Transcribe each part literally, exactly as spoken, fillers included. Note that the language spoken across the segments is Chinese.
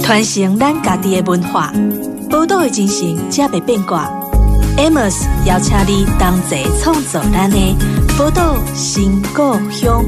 传承咱家己的文化，宝岛的精神才袂变卦。Amos 邀请你同齐创造咱的宝岛新故乡。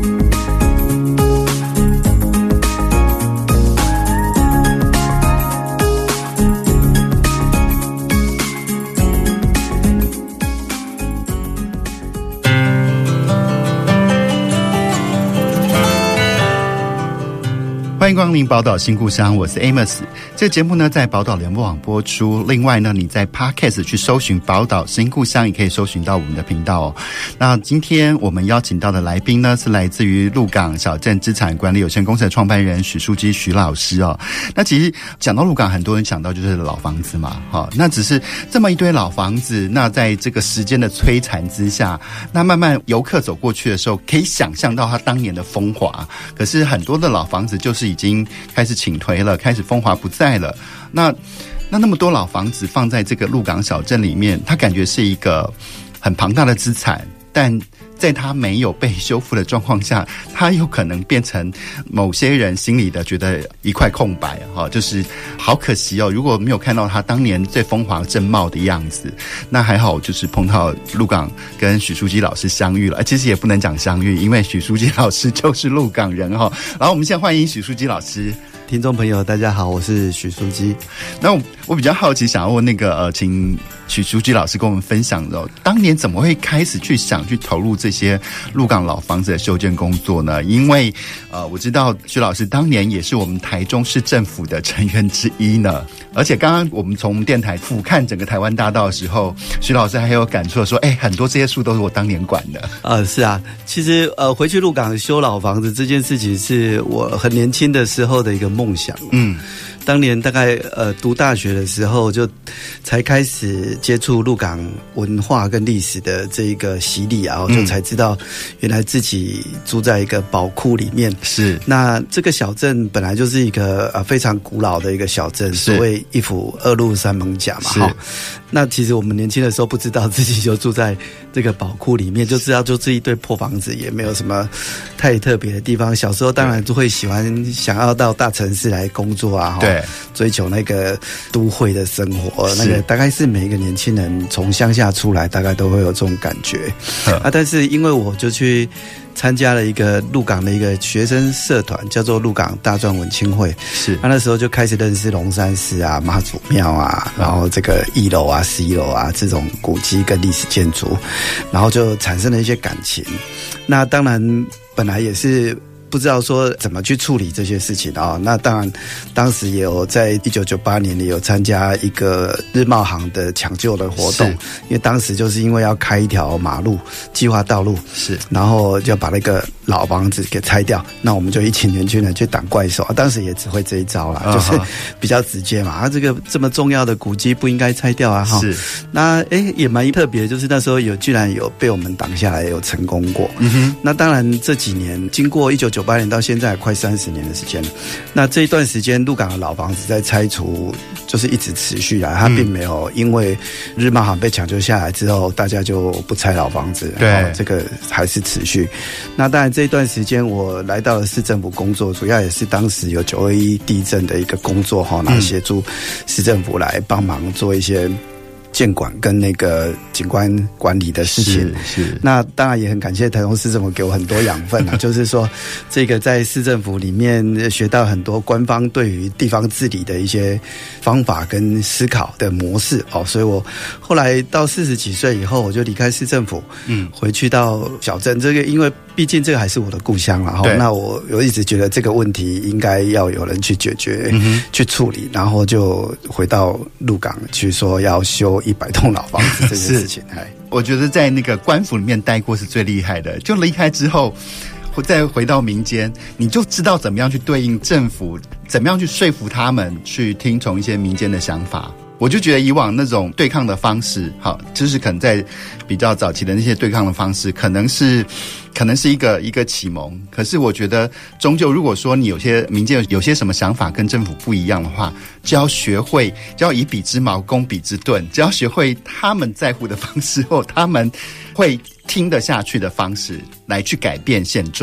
欢迎光临宝岛新故乡，我是 Amos。 这个节目呢在宝岛联播网播出，另外呢你在 Podcast 去搜寻宝岛新故乡也可以搜寻到我们的频道哦。那今天我们邀请到的来宾呢是来自于鹿港小镇资产管理有限公司的创办人许书基许老师哦。那其实讲到鹿港，很多人想到就是老房子嘛，哦，那只是这么一堆老房子，那在这个时间的摧残之下，那慢慢游客走过去的时候可以想象到它当年的风华，可是很多的老房子就是已经开始倾颓了，开始风华不再了。那那那么多老房子放在这个鹿港小镇里面，它感觉是一个很庞大的资产，但在它没有被修复的状况下，它有可能变成某些人心里的觉得一块空白，就是好可惜哦。如果没有看到它当年最风华正茂的样子，那还好就是碰到鹿港跟许书基老师相遇了。其实也不能讲相遇，因为许书基老师就是鹿港人哈。然后我们现在欢迎许书基老师。 听众朋友大家好，我是许书基。 那 我, 我比较好奇，想要问那个呃，请许书基老师跟我们分享的，当年怎么会开始去想去投入这些鹿港老房子的修建工作呢？因为呃，我知道许老师当年也是我们台中市政府的成员之一呢。而且刚刚我们从电台俯瞰整个台湾大道的时候，许老师还有感触说，哎，很多这些树都是我当年管的。 呃，是啊，其实呃，回去鹿港修老房子这件事情是我很年轻的时候的一个梦想。嗯。当年大概呃读大学的时候，就才开始接触鹿港文化跟历史的这一个洗礼啊，就才知道原来自己住在一个宝库里面。 是， 那这个小镇本来就是一个呃非常古老的一个小镇，所谓一府二鹿三艋甲嘛。哈，那其实我们年轻的时候不知道自己就住在这个宝库里面，就知道就是一堆破房子，也没有什么太特别的地方。小时候当然就会喜欢想要到大城市来工作啊。 对。 追求那个都会的生活，那个大概是每一个年轻人从乡下出来大概都会有这种感觉啊。但是因为我就去参加了一个鹿港的一个学生社团，叫做鹿港大专文青会。 是， 那那时候就开始认识龙山寺啊、妈祖庙啊，然后这个一楼啊、十一楼啊这种古迹跟历史建筑，然后就产生了一些感情。那当然本来也是不知道说怎么去处理这些事情啊、哦。那当然当时也有在一九九八年里有参加一个日茂行的抢救的活动，因为当时就是因为要开一条马路计划道路， 是， 然后就把那个老房子给拆掉，那我们就一群年轻人去挡怪兽、啊、当时也只会这一招啦、uh-huh. 就是比较直接嘛，啊，这个这么重要的古迹不应该拆掉啊。 是， 那诶也蛮特别，就是那时候有居然有被我们挡下来，有成功过。嗯哼，那当然这几年经过一九九八年到现在快三十年的时间，那这一段时间鹿港的老房子在拆除就是一直持续来，它并没有因为日茂行被抢救下来之后大家就不拆老房子， 对， 这个还是持续。那当然这一段时间我来到了市政府工作，主要也是当时有九二一地震的一个工作，然后协助市政府来帮忙做一些建管跟那个景观管理的事情。 是是， 那当然也很感谢台中市政府给我很多养分啊，就是说这个在市政府里面学到很多官方对于地方治理的一些方法跟思考的模式哦，所以我后来到四十几岁以后，我就离开市政府，嗯，回去到小镇，这个因为毕竟这个还是我的故乡啦，然后那我我一直觉得这个问题应该要有人去解决、嗯、去处理，然后就回到鹿港去说要修一百栋老房子这件事情。 我觉得在那个官府里面待过是最厉害的，就离开之后再回到民间，你就知道怎么样去对应政府，怎么样去说服他们去听从一些民间的想法。我就觉得以往那种对抗的方式，好，就是可能在比较早期的那些对抗的方式，可能是可能是一个一个启蒙。可是我觉得，终究如果说你有些民间有些什么想法跟政府不一样的话，就要学会，就要以彼之矛攻彼之盾，就要学会他们在乎的方式，或他们会听得下去的方式来去改变现状。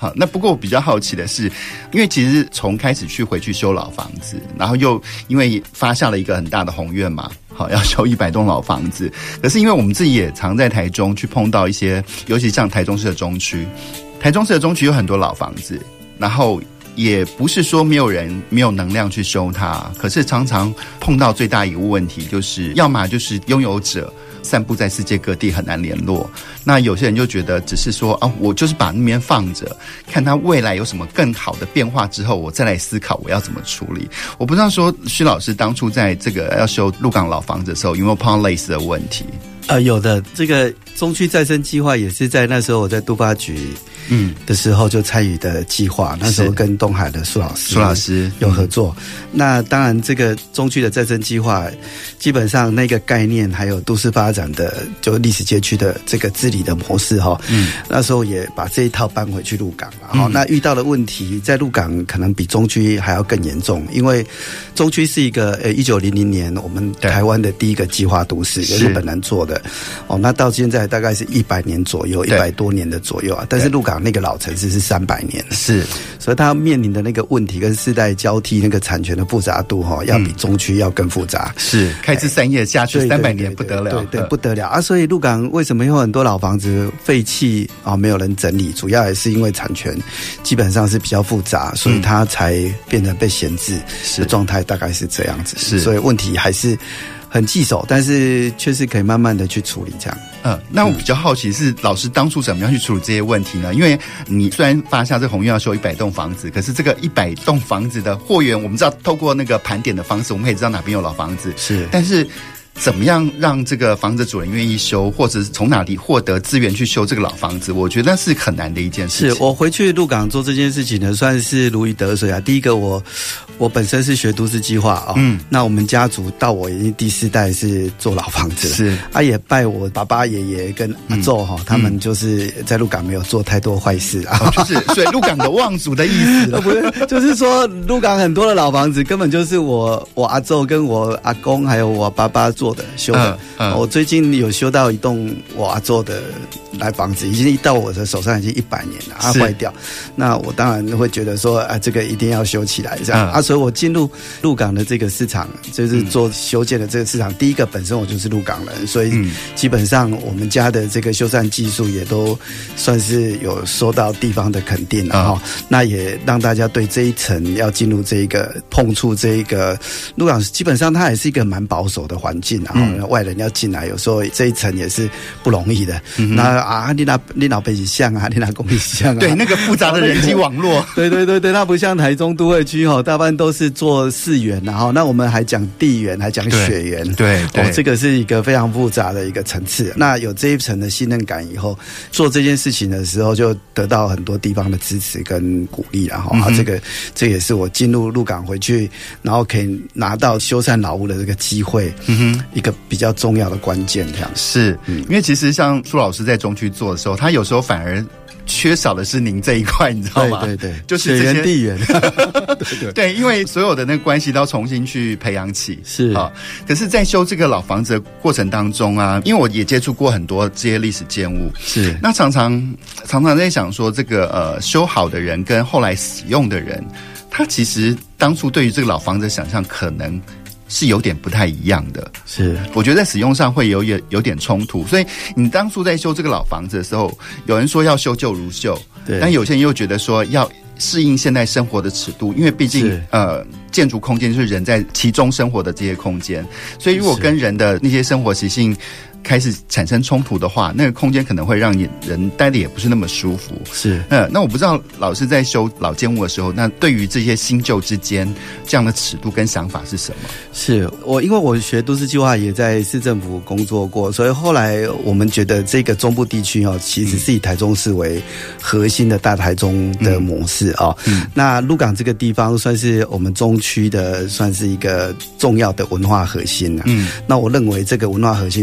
好，那不过我比较好奇的是，因为其实从开始去回去修老房子，然后又因为发下了一个很大的宏愿嘛，好，要修一百栋老房子。可是因为我们自己也常在台中去碰到一些，尤其像台中市的中区，台中市的中区有很多老房子，然后也不是说没有人没有能量去修它，可是常常碰到最大一个问题就是，要么就是拥有者散布在世界各地很难联络，那有些人就觉得只是说啊，我就是把那边放着，看它未来有什么更好的变化之后，我再来思考我要怎么处理。我不知道说徐老师当初在这个要修鹿港老房子的时候，有没有碰到类似的问题？ 呃，有的。这个中区再生计划也是在那时候我在都发局嗯的时候就参与的计划，那时候跟东海的苏老师苏老师有合作。嗯、那当然，这个中区的再生计划，基本上那个概念还有都市发展的就历史街区的这个治理的模式哈，嗯，那时候也把这一套搬回去鹿港了哈、嗯。那遇到的问题在鹿港可能比中区还要更严重，因为中区是一个呃一九零零年我们台湾的第一个计划都市，也是日本人做的。哦，那到现在大概是一百年左右，一百多年的左右啊。但是鹿港那个老城市是三百年，是，所以它面临的那个问题跟世代交替那个产权的复杂度哈、哦，要比中区要更复杂。是， 开枝散叶下去三百年不得了， 对 对, 对, 对不得了啊！所以鹿港为什么有很多老房子废弃啊、哦，没有人整理，主要也是因为产权基本上是比较复杂，所以它才变成被闲置的状态，大概是这样子。是，所以问题还是很棘手，但是确实可以慢慢的去处理这样。 嗯，那我比较好奇是老师当初怎么样去处理这些问题呢？因为你虽然发下这宏愿要修一百栋房子，可是这个一百栋房子的货源，我们知道透过那个盘点的方式，我们可以知道哪边有老房子，是，但是怎么样让这个房子主人愿意修，或者是从哪里获得资源去修这个老房子，我觉得是很难的一件事情。 是我回去鹿港做这件事情呢，算是如鱼得水啊。第一个我，我我本身是学都市计划哦，嗯，那我们家族到我已经第四代是做老房子了，是啊，也拜我爸爸、爷爷跟阿祖哈、嗯，他们就是在鹿港没有做太多坏事啊， 哦、就是所以鹿港的望族的意思， 不是，就是说鹿港很多的老房子根本就是我我阿祖跟我阿公还有我爸爸做的修的、嗯嗯。我最近有修到一栋我阿祖的来房子，已经到我的手上已经一百年了，它坏掉，那我当然会觉得说啊，这个一定要修起来这样、嗯、啊，所以我进入鹿港的这个市场，就是做修建的这个市场、嗯。第一个本身我就是鹿港人，所以基本上我们家的这个修缮技术也都算是有受到地方的肯定了哈、嗯。那也让大家对这一层要进入这一个碰触这一个鹿港，基本上它也是一个蛮保守的环境，然后、嗯、外人要进来，有时候这一层也是不容易的。嗯、那啊，你那你老北像啊，你那公里像啊， 对，那个复杂的人际网络， 对对对对，那不像台中都会区哈，大半都是做市源，然后那我们还讲地缘，还讲血缘， 对 对, 对、 哦，这个是一个非常复杂的一个层次。那有这一层的信任感以后，做这件事情的时候，就得到很多地方的支持跟鼓励，然后、嗯、啊，这个这也是我进入鹿港回去，然后可以拿到修缮老屋的这个机会，嗯哼，一个比较重要的关键，这样是、嗯，因为其实像苏老师在中区做的时候，他有时候反而缺少的是您这一块，你知道吗？ 对对对， 就是血缘地缘，对对对，因为所有的那个关系都要重新去培养起，是啊。可是，在修这个老房子的过程当中啊，因为我也接触过很多这些历史建物，是那常常常常在想说，这个呃修好的人跟后来使用的人，他其实当初对于这个老房子的想象可能是有点不太一样的，是我觉得在使用上会有有有点冲突，所以你当初在修这个老房子的时候，有人说要修旧如旧，对，但有些人又觉得说要适应现代生活的尺度，因为毕竟呃建筑空间就是人在其中生活的这些空间，所以如果跟人的那些生活习性开始产生冲突的话，那个空间可能会让人待的也不是那么舒服。是，呃，那我不知道老师在修老建物的时候，那对于这些新旧之间这样的尺度跟想法是什么？ 是我因为我学都市计划也在市政府工作过，所以后来我们觉得这个中部地区哦，其实是以台中市为核心的大台中的模式哦。嗯，那鹿港这个地方算是我们中区的算是一个重要的文化核心啊。嗯，那我认为这个文化核心对鹿港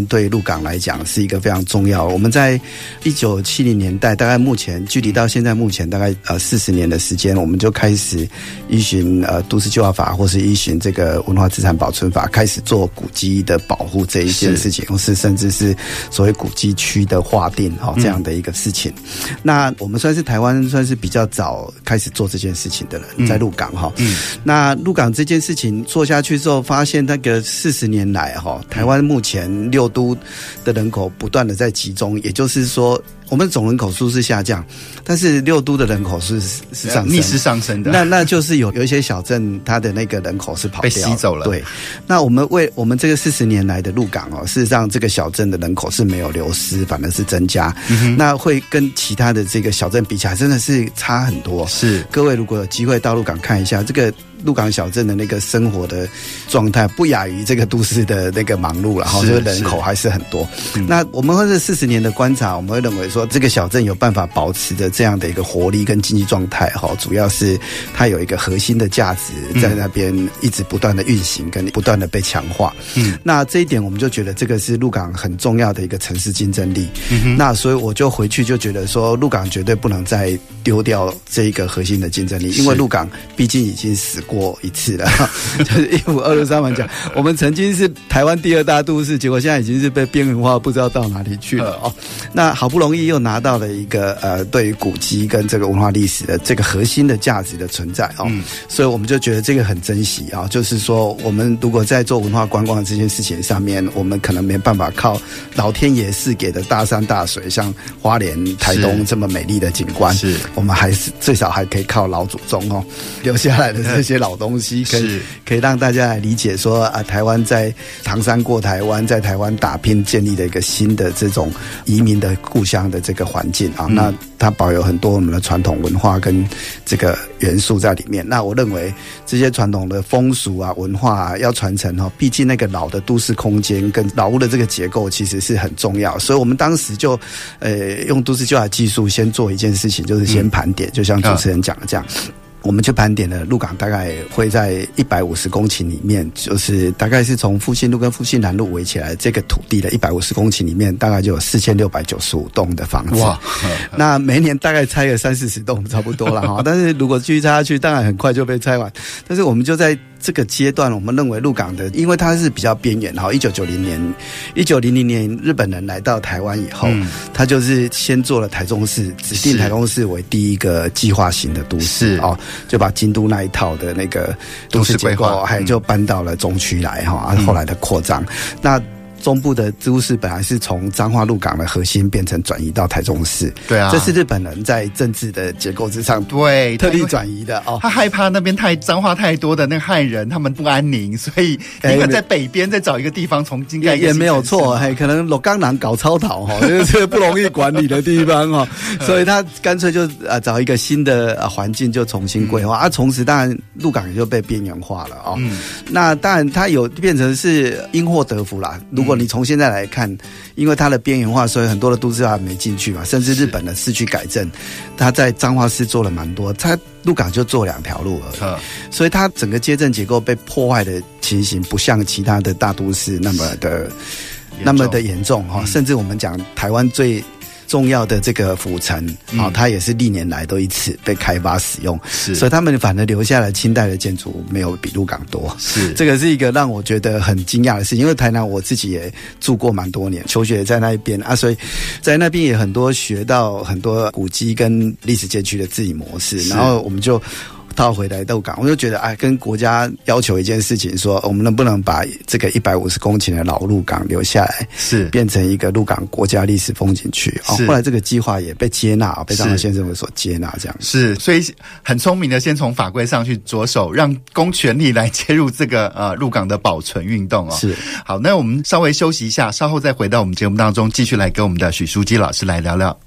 港来讲是一个非常重要。我们在一九七零年代，大概目前距离到现在目前大概呃四十年的时间，我们就开始依循呃都市计划法或是依循这个文化资产保存法，开始做古迹的保护这一件事情，或是甚至是所谓古迹区的划定哈、哦、这样的一个事情。嗯、那我们算是台湾算是比较早开始做这件事情的人，在鹿港哈。嗯、那鹿港这件事情做下去之后，发现那个四十年来哈，台湾目前六都的人口不断的在集中，也就是说，我们总人口数是下降，但是六都的人口是是上升， 逆势上升的。 那那就是有有一些小镇，它的那个人口是跑掉被吸走了。 对，那我们为我们这个四十年来的鹿港哦，事实上这个小镇的人口是没有流失，反而是增加。嗯、那会跟其他的这个小镇比起来，真的是差很多。 是， 各位如果有机会到鹿港看一下这个。鹿港小镇的那个生活的状态不亚于这个都市的那个忙碌了，然后这个人口还是很多。嗯、那我们会这四十年的观察，我们会认为说这个小镇有办法保持着这样的一个活力跟经济状态，哈，主要是它有一个核心的价值在那边一直不断的运行，跟不断的被强化。嗯，那这一点我们就觉得这个是鹿港很重要的一个城市竞争力。嗯、那所以我就回去就觉得说，鹿港绝对不能再丢掉这一个核心的竞争力，因为鹿港毕竟已经死过一次了，就是一五二六三万讲，我们曾经是台湾第二大都市，结果现在已经是被边缘化，不知道到哪里去了哦。那好不容易又拿到了一个呃，对于古迹跟这个文化历史的这个核心的价值的存在哦，嗯、所以我们就觉得这个很珍惜啊、哦。就是说，我们如果在做文化观光这件事情上面，我们可能没办法靠老天爷赐给的大山大水，像花莲、台东这么美丽的景观，是我们还是最少还可以靠老祖宗哦留下来的这些老东西，可以可以让大家来理解说啊，台湾在唐山过台湾，在台湾打拼建立了一个新的这种移民的故乡的这个环境啊，嗯、那它保有很多我们的传统文化跟这个元素在里面。那我认为这些传统的风俗啊、文化啊要传承哦，毕竟那个老的都市空间跟老屋的这个结构其实是很重要，所以我们当时就呃用都市计划技术先做一件事情，就是先盘点，嗯、就像主持人讲的这样。我们去盘点了鹿港，大概会在一百五十公顷里面，就是大概是从复兴路跟复兴南路围起来这个土地的一百五十公顷里面，大概就有四千六百九十五栋的房子。哇！那每年大概拆个三四十栋差不多了哈。但是如果继续拆下去，当然很快就被拆完。但是我们就在这个阶段，我们认为鹿港的，因为它是比较边缘哈。一九九零年，一九零零年日本人来到台湾以后，嗯、他就是先做了台中市，指定台中市为第一个计划型的都市哦。就把京都那一套的那个都市结构，还就搬到了中区来哈，啊，后来的扩张。嗯、那中部的都市本来是从彰化鹿港的核心变成转移到台中市，对啊，这是日本人在政治的结构之上对特地转移的哦。 他害怕那边太彰化太多的那个汉人，他们不安宁，所以宁可在北边再找一个地方重新盖一个。 也没有错，嘿，可能鹿港人搞超讨哈，就是不容易管理的地方哈，所以他干脆就啊找一个新的环境就重新规划、嗯、啊，同时当然鹿港也就被边缘化了哦。嗯、那当然它有变成是因祸得福啦。如果你从现在来看，因为它的边缘化，所以很多的都市化没进去嘛，甚至日本的市区改正，它在彰化市做了蛮多，它鹿港就做两条路而已，嗯、所以它整个街镇结构被破坏的情形，不像其他的大都市那么的那么的严重哈，嗯、甚至我们讲台湾最重要的这个府城啊、嗯哦，它也是历年来都一次被开发使用，是，所以他们反而留下了清代的建筑没有比鹿港多，是，这个是一个让我觉得很惊讶的事情。因为台南我自己也住过蛮多年，求学也在那一边啊，所以在那边也很多学到很多古迹跟历史街区的治理模式，然后我们就套回来鹿港，我就觉得哎，跟国家要求一件事情说，我们能不能把这个一百五十公顷的老鹿港留下来，是变成一个鹿港国家历史风景区。哦，后来这个计划也被接纳，被彰化县政府所接纳，这样是，所以很聪明的，先从法规上去着手，让公权力来介入这个呃鹿港的保存运动哦。是，好，那我们稍微休息一下，稍后再回到我们节目当中，继续来跟我们的许淑姬老师来聊聊。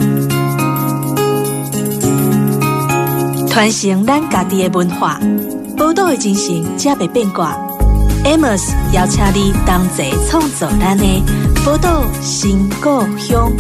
传承咱家己的文化，宝岛的精神才袂变卦。Amos 邀请你同齐创造咱的宝岛新故乡。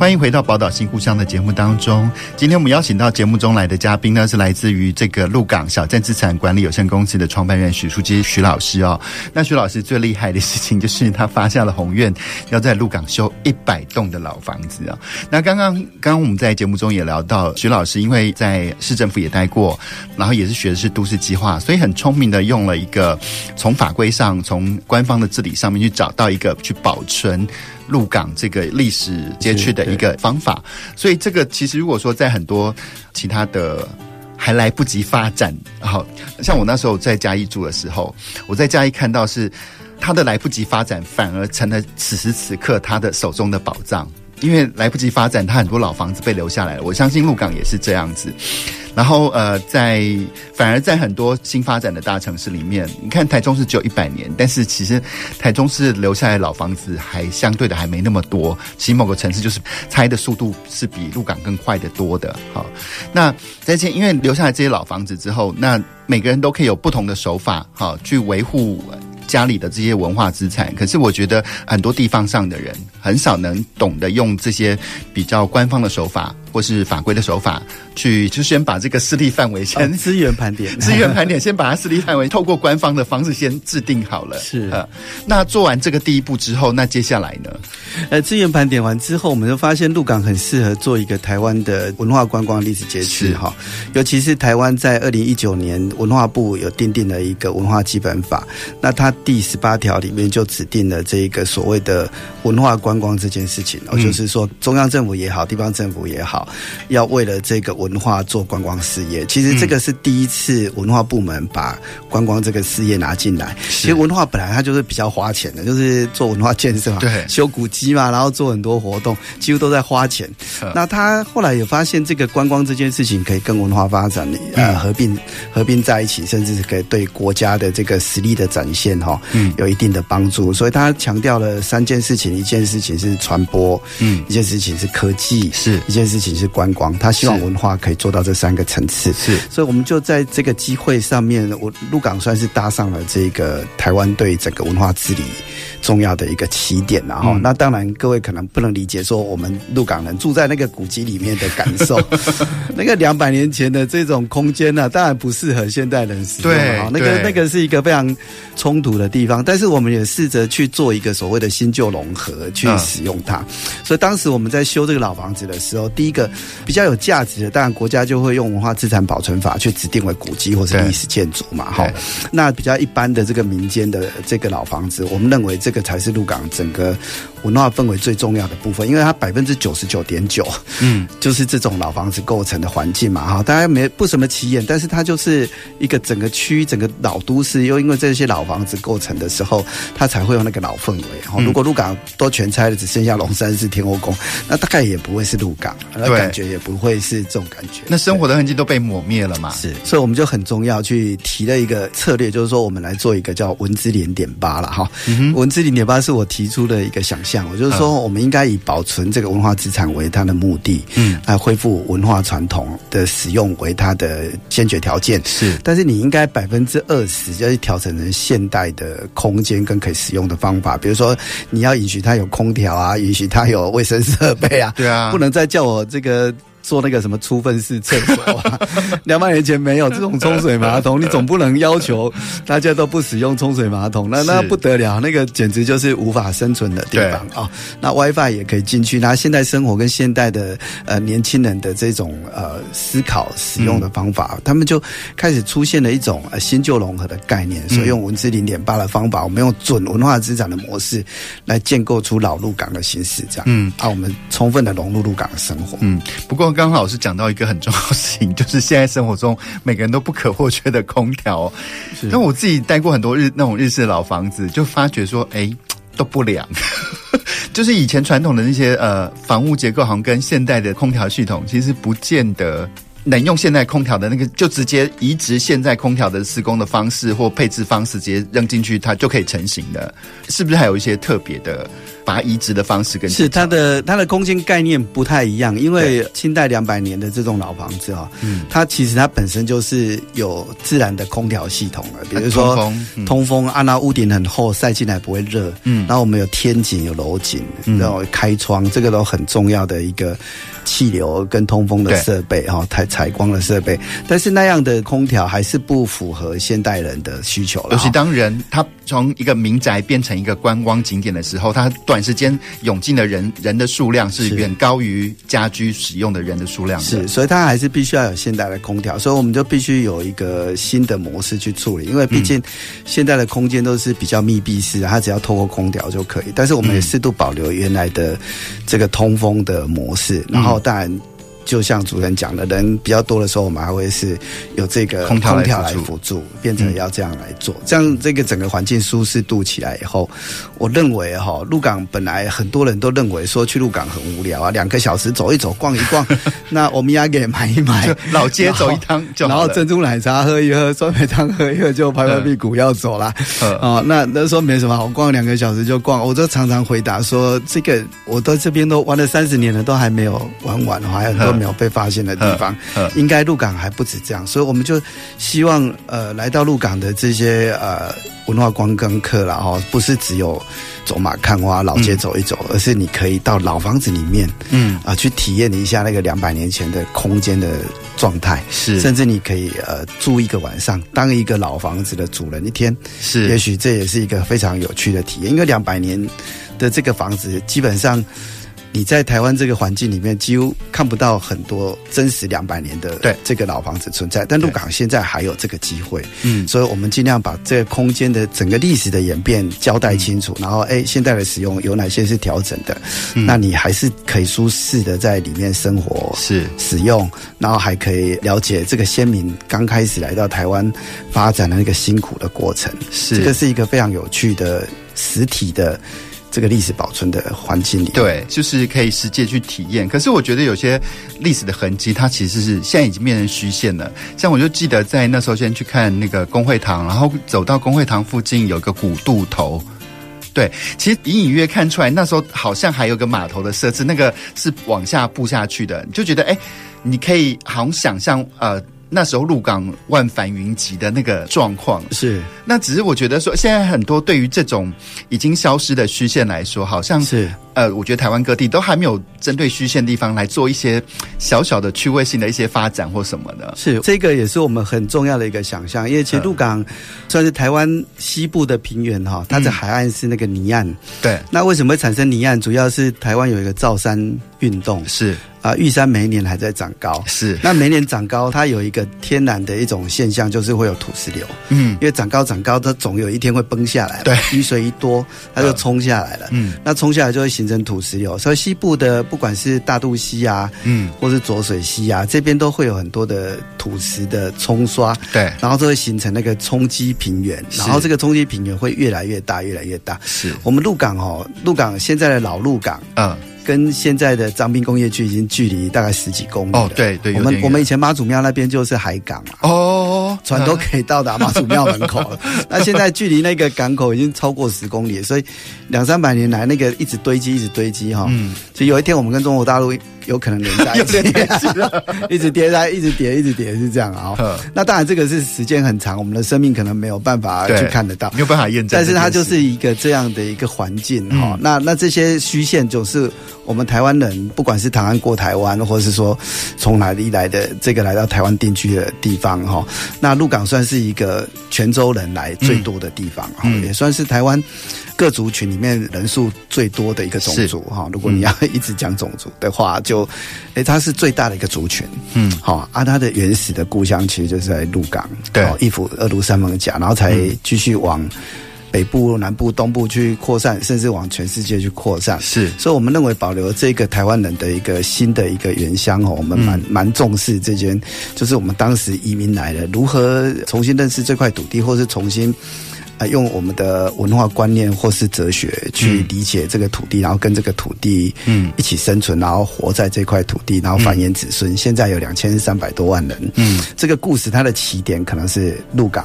欢迎回到宝岛新故乡的节目当中。今天我们邀请到节目中来的嘉宾呢，是来自于这个鹿港小镇资产管理有限公司的创办人许书基许老师哦。那许老师最厉害的事情就是他发下了宏愿，要在鹿港修一百栋的老房子啊。那刚刚刚刚我们在节目中也聊到，许老师因为在市政府也待过，然后也是学的是都市计划，所以很聪明的用了一个从法规上、从官方的治理上面去找到一个去保存鹿港这个历史街区的一个方法。所以这个其实如果说在很多其他的还来不及发展，好像我那时候在嘉义住的时候，我在嘉义看到是他的来不及发展反而成了此时此刻他的手中的宝藏，因为来不及发展，他很多老房子被留下来了。我相信鹿港也是这样子。然后呃，在反而在很多新发展的大城市里面，你看台中市只有一百年，但是其实台中市留下来的老房子还相对的还没那么多。其实某个城市就是拆的速度是比鹿港更快的多的。好，那在这因为留下来这些老房子之后，那每个人都可以有不同的手法，好去维护家里的这些文化资产。可是我觉得很多地方上的人很少能懂得用这些比较官方的手法或是法规的手法去，就先把这个势力范围先、 哦、资源盘点资源盘点先把它势力范围透过官方的方式先制定好了。 是、 呃、那做完这个第一步之后，那接下来呢？ 呃，资源盘点完之后，我们就发现鹿港很适合做一个台湾的文化观光历史街区哈，尤其是台湾在二零一九年文化部有订定了一个文化基本法，那它第十八条里面就指定了这个所谓的文化观光这件事情、哦嗯、就是说中央政府也好，地方政府也好，要为了这个文化做观光事业。其实这个是第一次文化部门把观光这个事业拿进来。其实文化本来它就是比较花钱的，就是做文化建设嘛，对，修古迹嘛，然后做很多活动，几乎都在花钱。那他后来也发现这个观光这件事情可以跟文化发展呃合并合并在一起，甚至是可以对国家的这个实力的展现哈、哦，嗯，有一定的帮助。所以他强调了三件事情，一件事情是传播，嗯，一件事情是科技，是一件事情是观光。他希望文化可以做到这三个层次，是。所以我们就在这个机会上面，我鹿港算是搭上了这个台湾对整个文化治理重要的一个起点，然后、嗯、那当然各位可能不能理解说我们鹿港人住在那个古迹里面的感受，那个两百年前的这种空间呢、啊，当然不适合现代人使用，对，那个那个是一个非常冲突的地方，但是我们也试着去做一个所谓的新旧融合去使用它、嗯、所以当时我们在修这个老房子的时候，第一个比较有价值的，当然国家就会用文化资产保存法去指定为古迹或是历史建筑嘛，齁。那比较一般的这个民间的这个老房子，我们认为这个才是鹿港整个文化氛围最重要的部分，因为它百分之九十九点九，嗯，就是这种老房子构成的环境嘛，哈，大家没不什么起眼，但是它就是一个整个区、整个老都市，又因为这些老房子构成的时候，它才会有那个老氛围。嗯、如果鹿港都全拆了，只剩下龙山寺、天后宫，那大概也不会是鹿港，那感觉也不会是这种感觉。 那生活的痕迹都被抹灭了嘛？ 是，所以我们就很重要去提了一个策略，就是说我们来做一个叫文资零点八了哈。嗯、文资零点八是我提出的一个想象，我就是说我们应该以保存这个文化资产为它的目的，嗯，来恢复文化传统的使用为它的先决条件。是，但是你应该百分之二十要去调整成现代的空间跟可以使用的方法，比如说你要允许它有空调啊，允许它有卫生设备啊，对啊，不能再叫我这个。做那个什么粗分式厕所啊，两百年前没有这种冲水马桶，你总不能要求大家都不使用冲水马桶，那那不得了，那个简直就是无法生存的地方啊、哦。那 WiFi 也可以进去，那现代生活跟现代的呃年轻人的这种呃思考使用的方法，嗯、他们就开始出现了一种呃新旧融合的概念，所以用文资零点八的方法，我们用准文化资产的模式来建构出老鹿港的形式，这样，嗯，啊，我们充分的融入鹿港的生活， 嗯，不过。刚好是讲到一个很重要的事情，就是现在生活中每个人都不可或缺的空调。但我自己待过很多日那种日式的老房子，就发觉说，哎，都不凉。就是以前传统的那些呃房屋结构，好像跟现代的空调系统，其实不见得能用现代空调的那个，就直接移植现在空调的施工的方式或配置方式，直接扔进去，它就可以成型的。是不是还有一些特别的把它移植的方式跟是它的它的空间概念不太一样，因为清代两百年的这种老房子啊、哦，嗯，它其实它本身就是有自然的空调系统了，比如说、啊、通风，嗯、通风啊，那屋顶很厚，晒进来不会热，嗯，然后我们有天井有楼井，嗯、然后开窗，这个都很重要的一个气流跟通风的设备哈，采采光的设备，但是那样的空调还是不符合现代人的需求了。 尤其当人他从一个民宅变成一个观光景点的时候，他短时间涌进的人人的数量是远高于家居使用的人的数量的， 是，所以它还是必须要有现代的空调，所以我们就必须有一个新的模式去处理，因为毕竟现在的空间都是比较密闭式的，它只要透过空调就可以，但是我们也适度保留原来的这个通风的模式，然后当然就像主任讲的，人比较多的时候，我们还会是有这个空调来辅助，变成要这样来做，嗯、这样这个整个环境舒适度起来以后，我认为哈，鹿港本来很多人都认为说去鹿港很无聊啊，两个小时走一走、逛一逛，那我们也给买一买， 老街走一趟就好了， 然后珍珠奶茶喝一喝，酸梅汤喝一喝，就拍拍屁股要走啦。哦，那那时候没什么好逛，两个小时就逛，我就常常回答说，这个我到这边都玩了三十年了，都还没有玩完，还有很多没有被发现的地方，应该鹿港还不止这样，所以我们就希望呃来到鹿港的这些呃文化观光客啦哈，不是只有走马看花、老街走一走，嗯、而是你可以到老房子里面，嗯啊、呃、去体验一下那个两百年前的空间的状态，是，甚至你可以呃住一个晚上，当一个老房子的主人一天，是，也许这也是一个非常有趣的体验，因为两百年的这个房子基本上。你在台湾这个环境里面，几乎看不到很多真实两百年的这个老房子存在，但鹿港现在还有这个机会，嗯，所以我们尽量把这个空间的整个历史的演变交代清楚，嗯、然后哎，现在的使用有哪些是调整的，嗯、那你还是可以舒适的在里面生活，是使用，然后还可以了解这个先民刚开始来到台湾发展的那个辛苦的过程，是这个是一个非常有趣的实体的。这个历史保存的环境里， 对，就是可以实际去体验。可是我觉得有些历史的痕迹，它其实是现在已经变成虚线了。像我就记得在那时候先去看那个公会堂，然后走到公会堂附近有个古渡头。对，其实隐隐约看出来，那时候好像还有个码头的设置，那个是往下布下去的，你就觉得哎，你可以好像想象呃。那时候鹿港万繁云集的那个状况是，那只是我觉得说，现在很多对于这种已经消失的虚线来说，好像是呃，我觉得台湾各地都还没有针对虚线地方来做一些小小的趣味性的一些发展或什么的。 是，这个也是我们很重要的一个想象，因为其实鹿港算是台湾西部的平原哈，它的海岸是那个泥岸，嗯、对，那为什么会产生泥岸？主要是台湾有一个造山运动，是。啊，玉山每一年还在长高，是。那每年长高，它有一个天然的一种现象，就是会有土石流。嗯，因为长高长高，它总有一天会崩下来。对，雨水一多，它就冲下来了。嗯，那冲下来就会形成土石流。所以西部的不管是大肚溪啊，嗯，或是浊水溪啊，这边都会有很多的土石的冲刷。对，然后就会形成那个冲积平原，然后这个冲积平原会越来越大，越来越大。是我们鹿港哦，鹿港现在的老鹿港，嗯。跟现在的彰滨工业区已经距离大概十几公里了。哦，对对，我们我们以前妈祖庙那边就是海港嘛，哦，船都可以到达妈祖庙门口了。那现在距离那个港口已经超过十公里，所以两三百年来那个一直堆积，一直堆积哈。嗯，所以有一天我们跟中国大陆有可能连在一起，一直叠在，一直叠，一直叠是这样啊。那当然这个是时间很长，我们的生命可能没有办法去看得到， 没有办法验证。 但是它就是一个这样的一个环境哈。嗯、那那这些虚线就是我们台湾人，不管是台湾过台湾，或者是说从哪里来的这个来到台湾定居的地方哈。那鹿港算是一个泉州人来最多的地方哈，嗯、也算是台湾各族群里面人数最多的一个种族哈。如果你要一直讲种族的话，就哎，它是最大的一个族群。嗯，好啊，它的原始的故乡其实就是在鹿港，对，一府二鹿三艋甲，然后才继续往北部、南部、东部去扩散，甚至往全世界去扩散。是，所以我们认为保留这个台湾人的一个新的一个原乡哦，我们蛮蛮重视这件，就是我们当时移民来的，如何重新认识这块土地，或是重新。呃，用我们的文化观念或是哲学去理解这个土地，嗯、然后跟这个土地嗯一起生存，然后活在这块土地，然后繁衍子孙。嗯、现在有两千三百多万人。嗯，这个故事它的起点可能是鹿港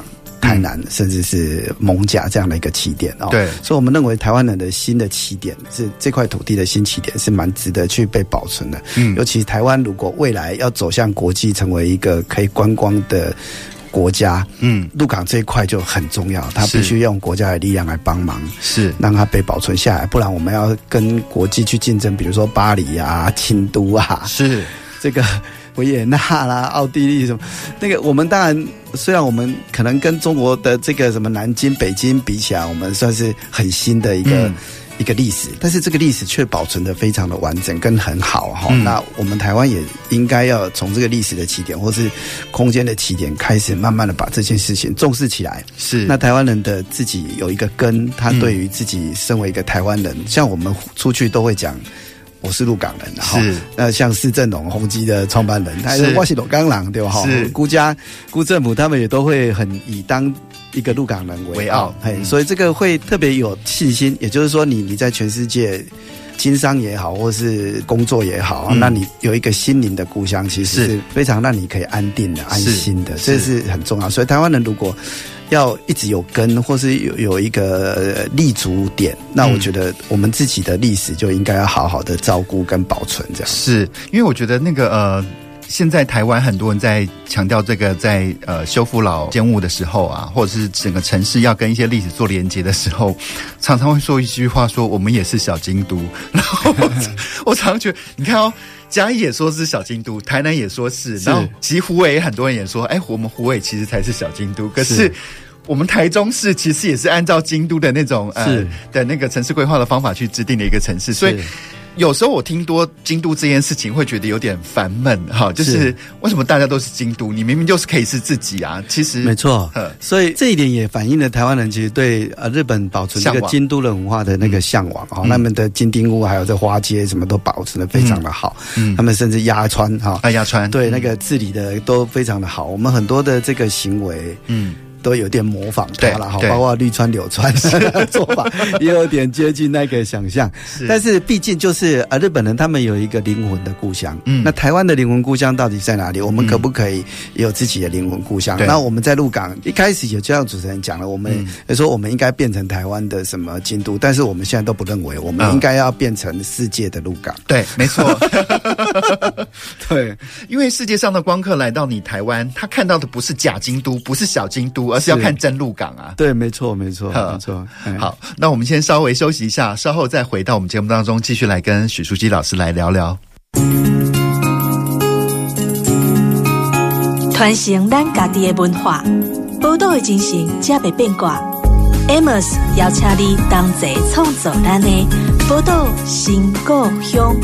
台南、嗯、甚至是艋舺这样的一个起点哦。 对， 所以我们认为台湾人的新的起点是这块土地的新起点，是蛮值得去被保存的。嗯，尤其台湾如果未来要走向国际，成为一个可以观光的国家，嗯，鹿港这一块就很重要，它必须用国家的力量来帮忙，是让它被保存下来，不然我们要跟国际去竞争，比如说巴黎啊、京都啊，是这个维也纳啦、奥地利什么，那个我们当然虽然我们可能跟中国的这个什么南京、北京比起来，我们算是很新的一个。嗯一个历史，但是这个历史却保存得非常的完整跟很好哈、嗯。那我们台湾也应该要从这个历史的起点或是空间的起点开始，慢慢的把这件事情重视起来。是，那台湾人的自己有一个根，他对于自己身为一个台湾人，嗯、像我们出去都会讲。我是鹿港人，是那像施正荣宏基的创办人，他是我是鹿港人，对吧？哈，辜家辜政府他们也都会很以当一个鹿港人为傲，嘿、嗯，所以这个会特别有信心。也就是说你，你你在全世界经商也好，或是工作也好，嗯、那你有一个心灵的故乡，其实是非常让你可以安定的、安心的，这是很重要。所以台湾人如果要一直有根，或是有有一个立足点，那我觉得我们自己的历史就应该要好好的照顾跟保存。这样是因为我觉得那个呃。现在台湾很多人在强调这个，在呃修复老建物的时候啊，或者是整个城市要跟一些历史做连结的时候，常常会说一句话说，我们也是小京都。然后我, 我常常觉得，你看哦，嘉义也说是小京都，台南也说是，然后其实虎尾很多人也说，哎，我们虎尾其实才是小京都，可是我们台中市其实也是按照京都的那种呃的那个城市规划的方法去制定的一个城市，所以。有时候我听多京都这件事情会觉得有点烦闷哈，就是为什么大家都是京都，你明明就是可以是自己啊，其实没错，所以这一点也反映了台湾人其实对呃日本保存这个京都的文化的那个向往哈、嗯，他们的金町屋还有这花街什么都保存的非常的好，嗯，他们甚至鸭川哈， 啊鸭川对、嗯、那个治理的都非常的好，我们很多的这个行为，嗯。都有点模仿它了，包括绿川柳川的做法也有点接近那个想象。但是毕竟就是呃日本人他们有一个灵魂的故乡，嗯，那台湾的灵魂故乡到底在哪里？我们可不可以也有自己的灵魂故乡？那我们在鹿港一开始也就像主持人讲了，我们也说我们应该变成台湾的什么京都，但是我们现在都不认为，我们应该要变成世界的鹿港。 对，没错。 对， 因为世界上的光客来到你台湾，他看到的不是假京都，不是小京都，而是要看真鹿港啊。 对，没错没错没错、 嗯、好，那我们先稍微休息一下，稍后再回到我们节目当中，继续来跟许淑姬老师来聊聊。 传承咱家己的文化，报道的精神才袂变卦。Amos 邀请你同齐创造咱的报道新故乡。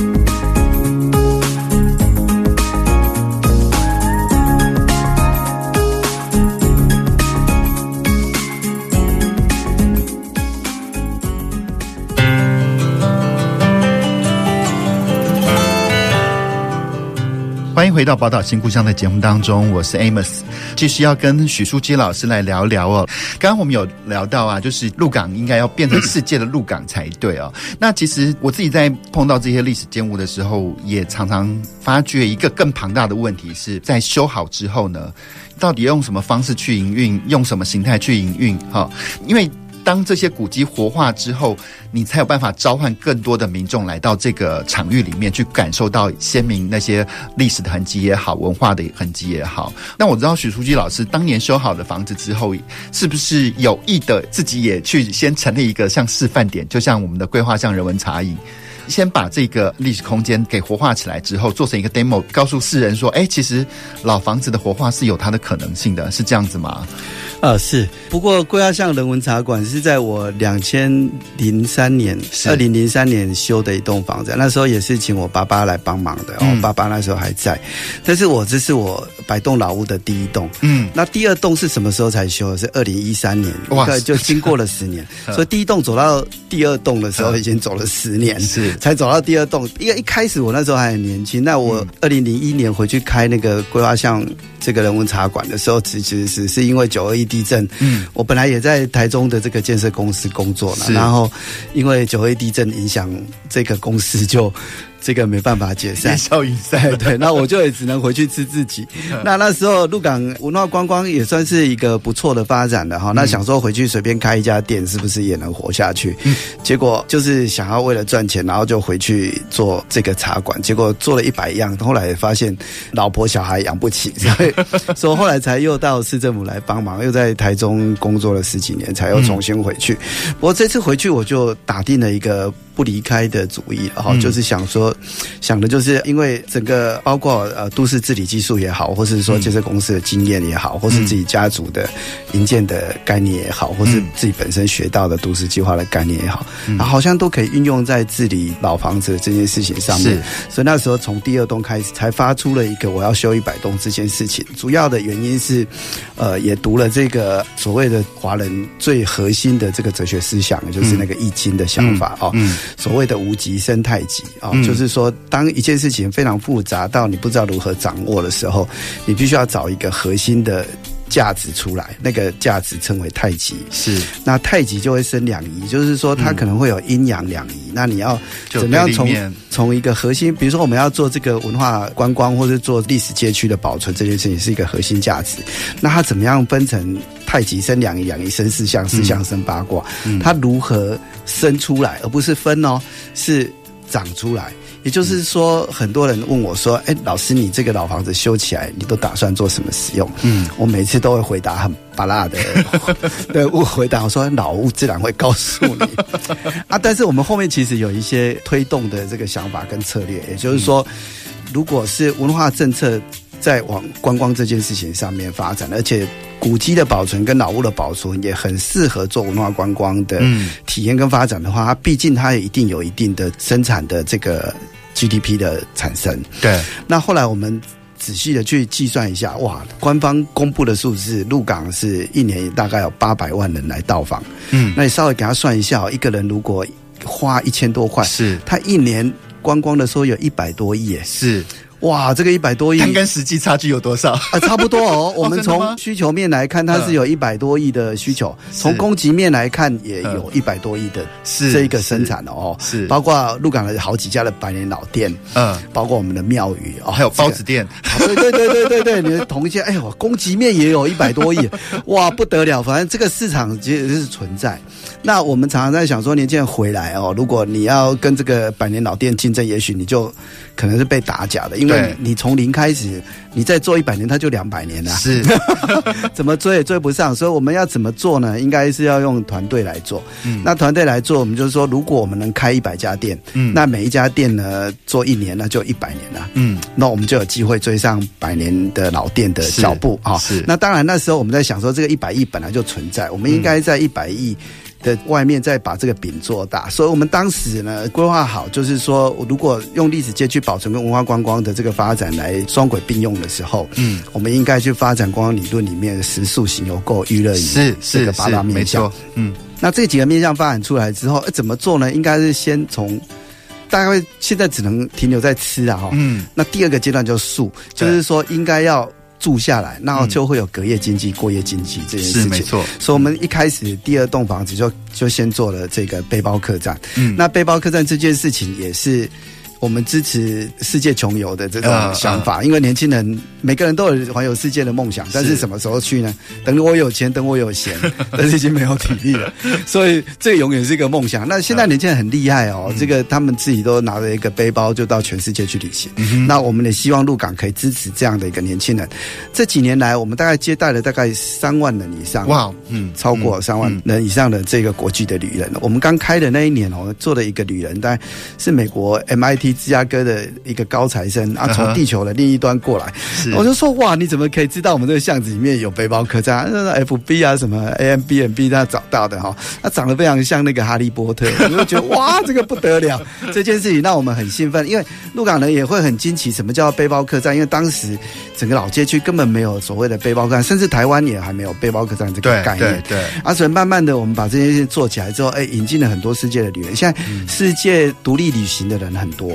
欢迎回到宝岛新故乡的节目当中，我是 Amos， 继续要跟许淑姬老师来聊聊哦。刚刚我们有聊到啊，就是鹿港应该要变成世界的鹿港才对哦。那其实我自己在碰到这些历史建物的时候，也常常发觉一个更庞大的问题是，在修好之后呢，到底用什么方式去营运，用什么形态去营运哈？因为当这些古迹活化之后，你才有办法召唤更多的民众来到这个场域里面，去感受到鲜明那些历史的痕迹也好，文化的痕迹也好。那我知道许淑姬老师当年修好的房子之后，是不是有意的自己也去先成立一个像示范点，就像我们的规划像人文茶饮，先把这个历史空间给活化起来之后，做成一个 demo， 告诉世人说，哎，其实老房子的活化是有它的可能性的，是这样子吗？ 呃，是。不过龟鸭巷人文茶馆是在我两千零三年，二零零三年修的一栋房子，那时候也是请我爸爸来帮忙的。嗯、我爸爸那时候还在，但是我这是我百栋老屋的第一栋。嗯，那第二栋是什么时候才修的？是二零一三年，哇，就经过了十年。所以第一栋走到第二栋的时候，已经走了十年，是才走到第二栋。因为一开始我那时候还很年轻，那我二零零一年回去开那个龟鸭巷这个人文茶馆的时候，其实是是因为九二一地震，嗯，我本来也在台中的这个建设公司工作了，然后因为九二一地震影响这个公司就这个没办法解散， 烟消云散。 对，那我就也只能回去吃自己。那那时候鹿港文化观光也算是一个不错的发展的哈、嗯。那想说回去随便开一家店，是不是也能活下去？嗯、结果就是想要为了赚钱，然后就回去做这个茶馆。结果做了一百样，后来也发现老婆小孩养不起，所以所以后来才又到市政府来帮忙，又在台中工作了十几年，才又重新回去。嗯、不过这次回去我就打定了一个不离开的主意哈、嗯，就是想说，想的就是因为整个包括呃都市治理技术也好，或是说建设公司的经验也好，或是自己家族的营建的概念也好，或是自己本身学到的都市计划的概念也好，嗯、然后好像都可以运用在治理老房子这件事情上面。所以那时候从第二栋开始，才发出了一个我要修一百栋这件事情。主要的原因是，呃，也读了这个所谓的华人最核心的这个哲学思想，就是那个易经的想法哦。嗯嗯所谓的无极生太极啊、哦嗯，就是说，当一件事情非常复杂到你不知道如何掌握的时候，你必须要找一个核心的价值出来，那个价值称为太极。是，那太极就会生两仪，就是说它可能会有阴阳两仪、嗯。那你要怎么样从从一个核心，比如说我们要做这个文化观光，或是做历史街区的保存，这件事情是一个核心价值。那它怎么样分成太极生两仪，两仪生四象，四象生八卦？嗯、它如何生出来，而不是分哦，是长出来。也就是说，很多人问我说：“哎，老师，你这个老房子修起来，你都打算做什么使用？”嗯，我每次都会回答很巴辣的，对，我回答我说：“老屋自然会告诉你啊。”但是我们后面其实有一些推动的这个想法跟策略，也就是说，如果是文化政策在往观光这件事情上面发展，而且古迹的保存跟老屋的保存也很适合做文化观光的体验跟发展的话，它毕竟它也一定有一定的生产的这个 G D P 的产生。对，那后来我们仔细的去计算一下，哇，官方公布的数字，鹿港是一年大概有八百万人来到访。嗯，那你稍微给他算一下，一个人如果花一千多块，是他一年观光的时候有一百多亿耶。是。哇，这个一百多亿， 看跟实际差距有多少啊？差不多哦。我们从需求面来看，它是有一百多亿的需求；从供给面来看，也有一百多亿的这一个生产哦。是，包括鹿港的好几家的百年老店，嗯，包括我们的庙宇哦， 还有包子店。 这个、对对对对对对，你的同一些，哎呦，供给面也有一百多亿，哇，不得了！反正这个市场其实是存在。那我们常常在想说，年轻人回来哦，如果你要跟这个百年老店竞争，也许你就可能是被打假的，因为你从零开始，你再做一百年，它就两百年了，是怎么追也追不上。所以我们要怎么做呢？应该是要用团队来做。嗯，那团队来做，我们就是说，如果我们能开一百家店，嗯，那每一家店呢做一年，那就一百年了。嗯，那我们就有机会追上百年的老店的脚步啊。是，那当然那时候我们在想说，这个一百亿本来就存在，我们应该在一百亿的外面再把这个饼做大，所以我们当时呢规划好，就是说如果用历史街区保存跟文化观光的这个发展来双轨并用的时候，嗯，我们应该去发展观光理论里面的食宿行游购娱乐是这个八大面向，嗯，那这几个面向发展出来之后，怎么做呢？应该是先从大概现在只能停留在吃啊，哈，嗯，那第二个阶段就是宿，就是说应该要住下来，然后就会有隔夜经济、过夜经济这件事情。是没错。所以我们一开始第二栋房子就就先做了这个背包客栈。嗯，那背包客栈这件事情也是我们支持世界穷游的这种想法，uh, uh, 因为年轻人每个人都有环游世界的梦想，但是什么时候去呢？等我有钱，等我有闲，但是已经没有体力了，所以这个永远是一个梦想。那现在年轻人很厉害哦，这个他们自己都拿着一个背包就到全世界去旅行。嗯、那我们也希望鹿港可以支持这样的一个年轻人。这几年来，我们大概接待了大概三万人以上，哇，嗯，超过三万人以上的这个国际的旅人。嗯、我们刚开的那一年哦，做了一个旅人，大概是美国 M I T。芝加哥的一个高材生啊，从地球的另一端过来， uh-huh. 我就说哇，你怎么可以知道我们这个巷子里面有背包客栈？那 F B 啊，什么 A M B N B 他找到的哈，他长得非常像那个哈利波特，我就觉得哇，这个不得了，这件事情让我们很兴奋，因为鹿港人也会很惊奇，什么叫背包客栈？因为当时整个老街区根本没有所谓的背包客栈，甚至台湾也还没有背包客栈这个概念。对对对。啊，所以慢慢的我们把这件事做起来之后，哎，引进了很多世界的旅人，现在世界独立旅行的人很多。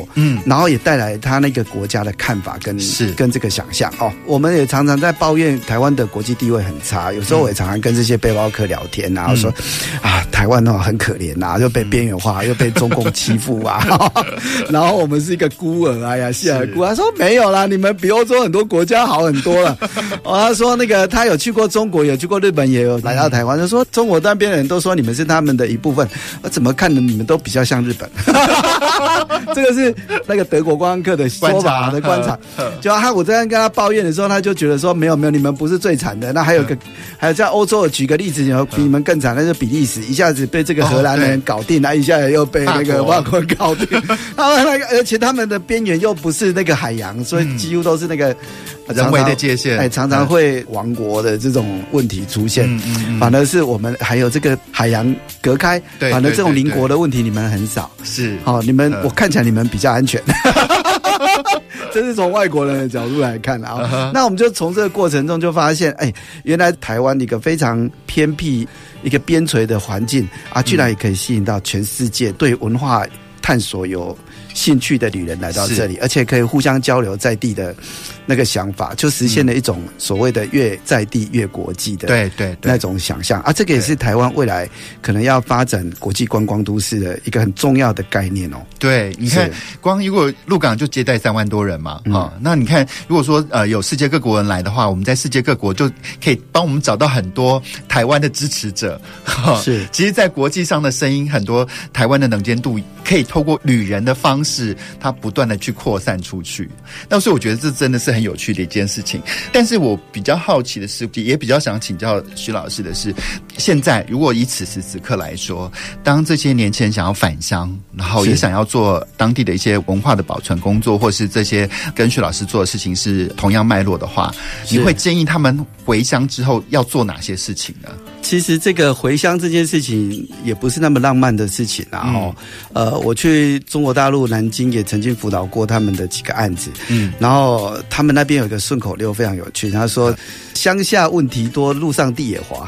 多， 嗯， 然后也带来他那个国家的看法跟是跟这个想象哦。我们也常常在抱怨台湾的国际地位很差，有时候我也常常跟这些背包客聊天啊，嗯、说啊台湾哦很可怜啊，又被边缘化，又被中共欺负啊，然后我们是一个孤儿，哎呀，希尔孤儿。他说没有啦，你们比欧洲很多国家好很多了。哦，他说那个他有去过中国，有去过日本，也有来到台湾，就说中国那边的人都说你们是他们的一部分，我怎么看的你们都比较像日本。这个是那个德国观光客的说法的观察。就他我这样跟他抱怨的时候，他就觉得说没有没有，你们不是最惨的。那还有个还有在欧洲，举个例子，有比你们更惨，那就是比利时，一下子被这个荷兰人搞定，那一下又被那个法国人搞定。他们那个而且他们的边缘又不是那个海洋，所以几乎都是那个人为的界限， 哎，常常会亡国的这种问题出现。 嗯嗯嗯、 反而是我们还有这个海洋隔开， 对， 反而这种邻国的问题你们很少。 是， 好、哦，你们、嗯、我看起来你们比较安全。这是从外国人的角度来看啊。Uh-huh. 那我们就从这个过程中就发现，哎，原来台湾一个非常偏僻、一个边陲的环境啊，居然也可以吸引到全世界对文化探索有兴趣的旅人来到这里，而且可以互相交流在地的那个想法，就实现了一种所谓的越在地越国际的对对那种想象啊。这个也是台湾未来可能要发展国际观光都市的一个很重要的概念哦。 对，你看，光如果鹿港就接待三万多人嘛，嗯哦、那你看，如果说呃有世界各国人来的话，我们在世界各国就可以帮我们找到很多台湾的支持者。哦、 是， 其实，在国际上的声音，很多台湾的能见度可以透过旅人的方式，它不断的去扩散出去。那所以我觉得这真的是很有趣的一件事情。但是我比较好奇的是，也比较想请教徐老师的是，现在如果以此时此刻来说，当这些年轻人想要返乡，然后也想要做当地的一些文化的保存工作，或是这些跟徐老师做的事情是同样脉络的话，你会建议他们回乡之后要做哪些事情呢？ 其实这个回乡这件事情也不是那么浪漫的事情啊。嗯、呃，我去中国大陆南京也曾经辅导过他们的几个案子，嗯，然后他们那边有一个顺口溜非常有趣，他说：“乡下问题多，路上地也滑。”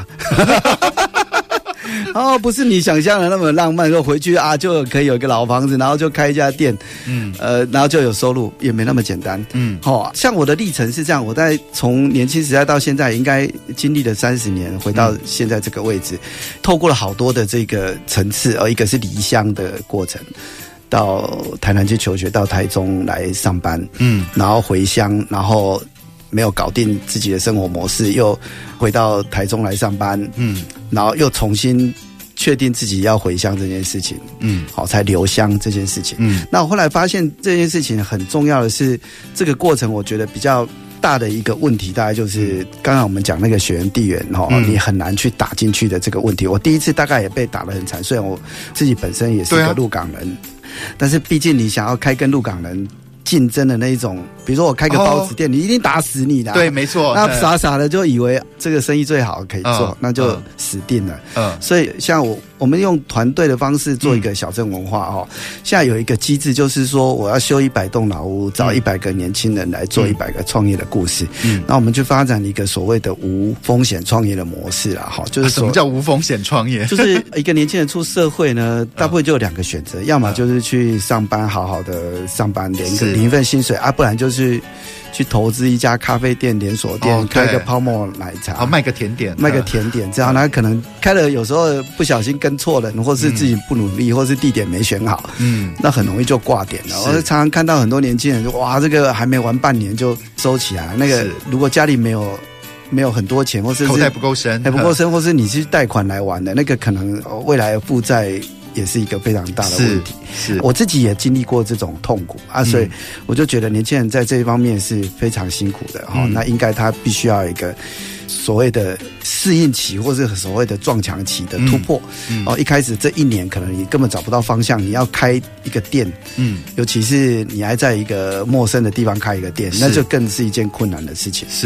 然后不是你想象的那么浪漫，说回去啊就可以有一个老房子，然后就开一家店，嗯，呃，然后就有收入，也没那么简单，嗯，好、哦，像我的历程是这样，我在从年轻时代到现在，应该经历了三十年，回到现在这个位置，嗯、透过了好多的这个层次，而一个是离乡的过程。到台南去求学，到台中来上班，嗯，然后回乡，然后没有搞定自己的生活模式，又回到台中来上班，嗯，然后又重新确定自己要回乡这件事情，嗯，好，才留乡这件事情，嗯，那我后来发现这件事情很重要的是，这个过程我觉得比较大的一个问题，大概就是刚刚我们讲那个血缘地缘哈，嗯、你很难去打进去的这个问题。我第一次大概也被打得很惨，虽然我自己本身也是个鹿港人。但是毕竟你想要开跟鹿港人竞争的那一种，比如说我开个包子店，哦、你一定打死你的、啊。 对，没错。 那傻傻的就以为这个生意最好可以做，嗯、那就死定了。嗯，所以像我我们用团队的方式做一个小镇文化哦。嗯、现在有一个机制，就是说我要修一百栋老屋，找一百个年轻人来做一百个创业的故事。嗯，那我们就发展一个所谓的无风险创业的模式啦。哈，就是、啊、 什么叫无风险创业？ 就是一个年轻人出社会呢，大部分就有两个选择，要么就是去上班，好好的上班，连个领一份薪水啊，不然就是去投资一家咖啡店连锁店，哦、开个泡沫奶茶， 哦，卖个甜点， 卖个甜点，这样他可能开了，有时候不小心跟错人，或是自己不努力，嗯、或是地点没选好，嗯，那很容易就挂点了。我常常看到很多年轻人说，哇，这个还没玩半年就收起来，那个如果家里没有没有很多钱，或是口袋不够深， 还不够深，或是你是贷款来玩的，那个可能未来的负债也是一个非常大的问题。是，是我自己也经历过这种痛苦啊，所以我就觉得年轻人在这一方面是非常辛苦的哈、嗯。那应该他必须要有一个所谓的适应期，或是所谓的撞墙期的突破。嗯，哦，一开始这一年可能你根本找不到方向，你要开一个店，嗯，尤其是你还在一个陌生的地方开一个店，那就更是一件困难的事情。 是。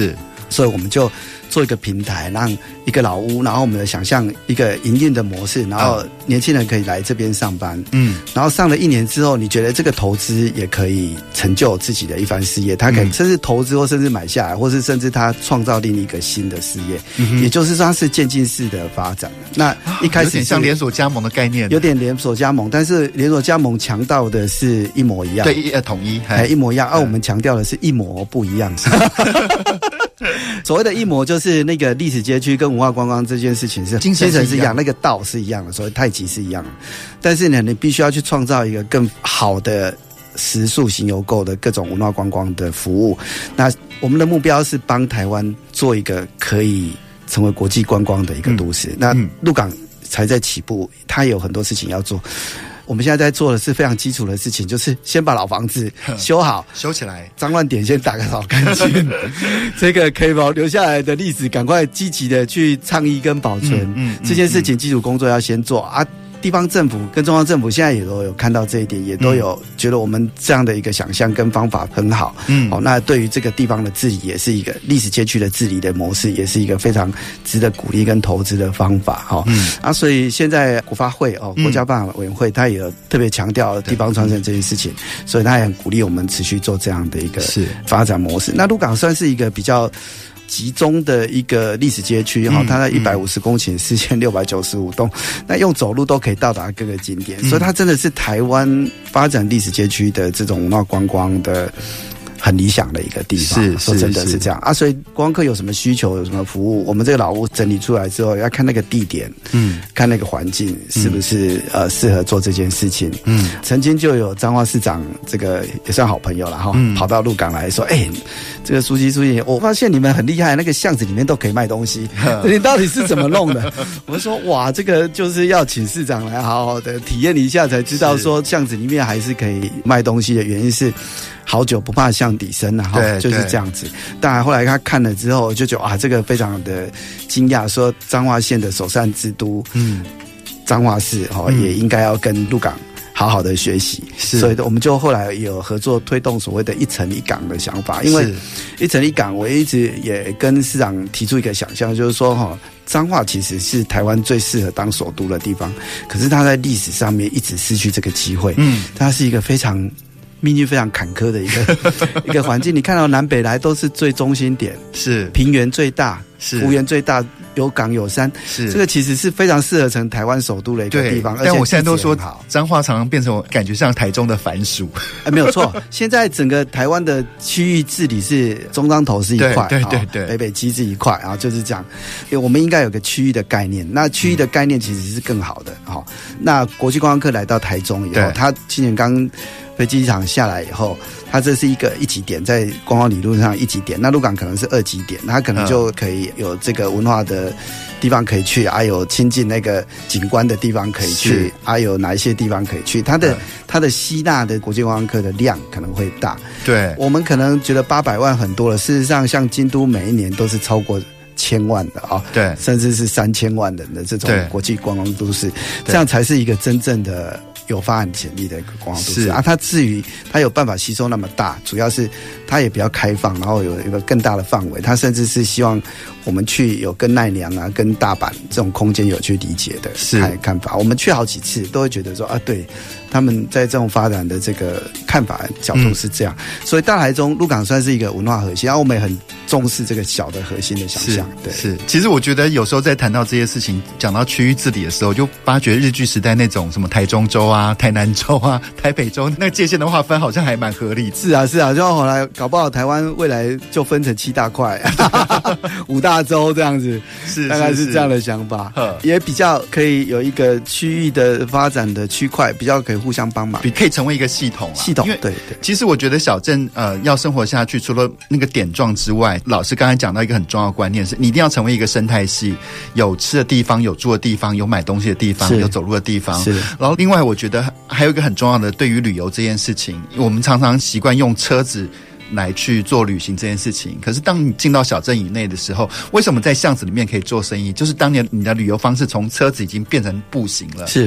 所以我们就做一个平台，让一个老屋，然后我们的想象一个营运的模式，然后年轻人可以来这边上班，嗯，然后上了一年之后，你觉得这个投资也可以成就自己的一番事业，他可以甚至投资或甚至买下来，或是甚至他创造另一个新的事业，嗯、也就是说它是渐进式的发展。那一开始、啊、 有点像连锁加盟的概念， 有点连锁加盟，但是连锁加盟强调的是一模一样， 对，呃，统一， 哎，一模一样。而、啊、我们强调的是一模不一样。所谓的一模就是那个历史街区跟文化观光这件事情是精神是一样，那个道是一样的，所以太极是一样的。但是呢，你必须要去创造一个更好的食宿行游购的各种文化观光的服务。那我们的目标是帮台湾做一个可以成为国际观光的一个都市。嗯、那鹿港才在起步，它有很多事情要做。我们现在在做的是非常基础的事情，就是先把老房子修好， 修起来， 脏乱点先打个扫干净，这个可以保留下来的历史，赶快积极的去倡议跟保存。嗯嗯嗯、这件事情基础工作要先做啊。地方政府跟中央政府现在也都有看到这一点，也都有觉得我们这样的一个想象跟方法很好。嗯，好、哦，那对于这个地方的治理，也是一个历史街区的治理的模式，也是一个非常值得鼓励跟投资的方法。哈、哦，嗯，啊，所以现在国发会哦，国家发展委员会，他也有特别强调地方创生这件事情，所以他也很鼓励我们持续做这样的一个发展模式。那鹿港算是一个比较集中的一个历史街区，哈，它在一百五十公顷，四千六百九十五栋，那用走路都可以到达各个景点，嗯、所以它真的是台湾发展历史街区的这种文化观光的很理想的一个地方。是，说真的是这样啊。所以观光客有什么需求，有什么服务，我们这个老屋整理出来之后，要看那个地点，嗯，看那个环境是不是、嗯、呃适合做这件事情。嗯，曾经就有彰化市长，这个也算好朋友了哈，嗯、跑到鹿港来说，哎、欸，这个书记书记，我发现你们很厉害，那个巷子里面都可以卖东西，你到底是怎么弄的？我说哇，这个就是要请市长来好好的体验一下，才知道说巷子里面还是可以卖东西的原因是。好久不怕巷底深啊，哈，就是这样子。当然后来他看了之后，就觉得啊，这个非常的惊讶，说彰化县的首善之都，嗯，彰化市哈、嗯、也应该要跟鹿港好好的学习。所以我们就后来有合作推动所谓的一城一港的想法，因为一城一港，我一直也跟市长提出一个想象，就是说哈。彰化其实是台湾最适合当首都的地方，可是它在历史上面一直失去这个机会。嗯，它是一个非常命运非常坎坷的一个一个环境。你看到南北来都是最中心点，是平原最大，是幅员最大，有港有山，是这个其实是非常适合成台湾首都的一个地方。 但我现在都说彰化常常变成我感觉像台中的番薯。 哎，没有错。现在整个台湾的区域治理是中彰投是一块，对对 对, 对，北北基是一块，然后就是这样。因为我们应该有个区域的概念，那区域的概念其实是更好的。好、嗯，那国际观光客来到台中以后，他今年刚飞机场下来以后，它这是一个一级点，在观光理论上一级点，那鹿港可能是二级点，它可能就可以有这个文化的地方可以去，还、啊、有亲近那个景观的地方可以去，还、啊、有哪一些地方可以去，它的、嗯、它的吸纳的国际观光客的量可能会大。对，我们可能觉得八百万很多了，事实上像京都每一年都是超过千万的啊，对，甚至是三千万人的这种国际观光都市，这样才是一个真正的有发展潜力的一个观光都市啊。它至于它有办法吸收那么大，主要是它也比较开放，然后有一个更大的范围。它甚至是希望我们去有跟奈良啊、跟大阪这种空间有去理解的看看法。我们去好几次，都会觉得说啊，对。他们在这种发展的这个看法角度是这样，嗯、所以大台中鹿港算是一个文化核心，然后我们也很重视这个小的核心的想象。对， 是。其实我觉得有时候在谈到这些事情，讲到区域治理的时候，就发觉日据时代那种什么台中州啊、台南州啊、台北州那个界限的划分，好像还蛮合理的。 是啊，是啊，就后来搞不好台湾未来就分成七大块、五大州这样子，是大概是这样的想法，也比较可以有一个区域的发展的区块，比较可以互相帮忙， 可以成为一个系统啊。 系统，对对。 其实我觉得小镇呃要生活下去，除了那个点状之外，老师刚才讲到一个很重要的观念是，你一定要成为一个生态系，有吃的地方，有住的地方，有买东西的地方，有走路的地方。是。然后另外，我觉得还有一个很重要的，对于旅游这件事情，我们常常习惯用车子来去做旅行这件事情，可是当你进到小镇以内的时候，为什么在巷子里面可以做生意？就是当年你的旅游方式从车子已经变成步行了。是。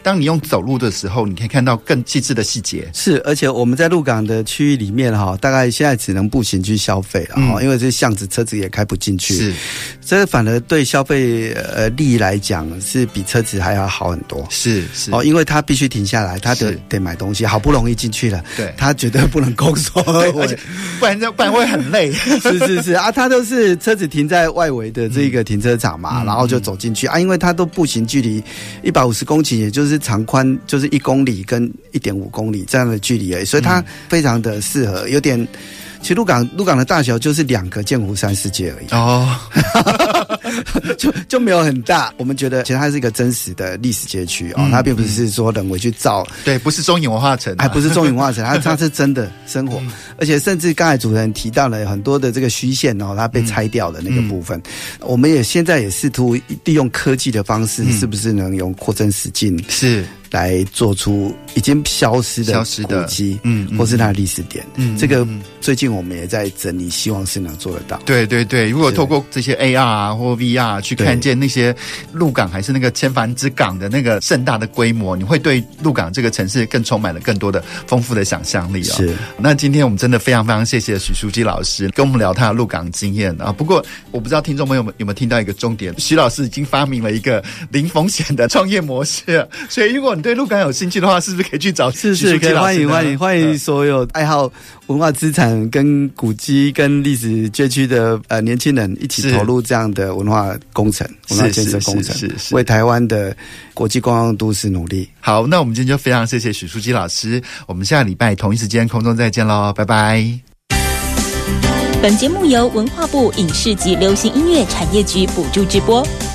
当你用走路的时候，你可以看到更细致的细节。 是，而且我们在鹿港的区域里面哈，大概现在只能步行去消费了哈、嗯，因为这巷子车子也开不进去。是，这反而对消费呃力来讲是比车子还要好很多。是是哦，因为他必须停下来，他得得买东西，好不容易进去了，对，他绝对不能空手而回， 而且不然不然会很累。 是是是啊，他都是车子停在外围的这个停车场嘛，嗯、然后就走进去啊，因为他都步行距离一百五十公顷，也就是长宽就是一公里跟一点五公里这样的距离而已，所以它非常的适合，有点。其实鹿港鹿港的大小就是两个剑湖山世界而已哦，就就没有很大。我们觉得其实它是一个真实的历史街区哦、嗯，它并不是说人为去造， 对，不是中影文化城、啊， 还不是中影文化城，它它是真的生活，嗯、而且甚至刚才主持人提到了很多的这个虚线哦，它被拆掉的那个部分，嗯、我们也现在也试图利用科技的方式，嗯、是不是能用扩增实境是。来做出已经消失的古迹，嗯，或是它的历史点，嗯，这个最近我们也在整理，希望是能做得到。 对对对，如果透过这些 A R 啊或 V R 去看见那些鹿港还是那个千帆之港的那个盛大的规模，你会对鹿港这个城市更充满了更多的丰富的想象力啊、哦。是，那今天我们真的非常非常谢谢许书记老师跟我们聊他的鹿港经验啊。不过我不知道听众朋友们有没有听到一个重点，许老师已经发明了一个零风险的创业模式，所以如果你对鹿港有兴趣的话，是不是可以去找许书记老师？是是，可以欢迎欢迎欢迎所有爱好文化资产、跟古迹、跟历史街区的呃年轻人一起投入这样的文化工程、文化建设工程，是是是是，为台湾的国际观光都市努力。好，那我们今天就非常谢谢许书记老师，我们下礼拜同一时间空中再见喽，拜拜。 本节目由文化部影视及流行音乐产业局补助直播。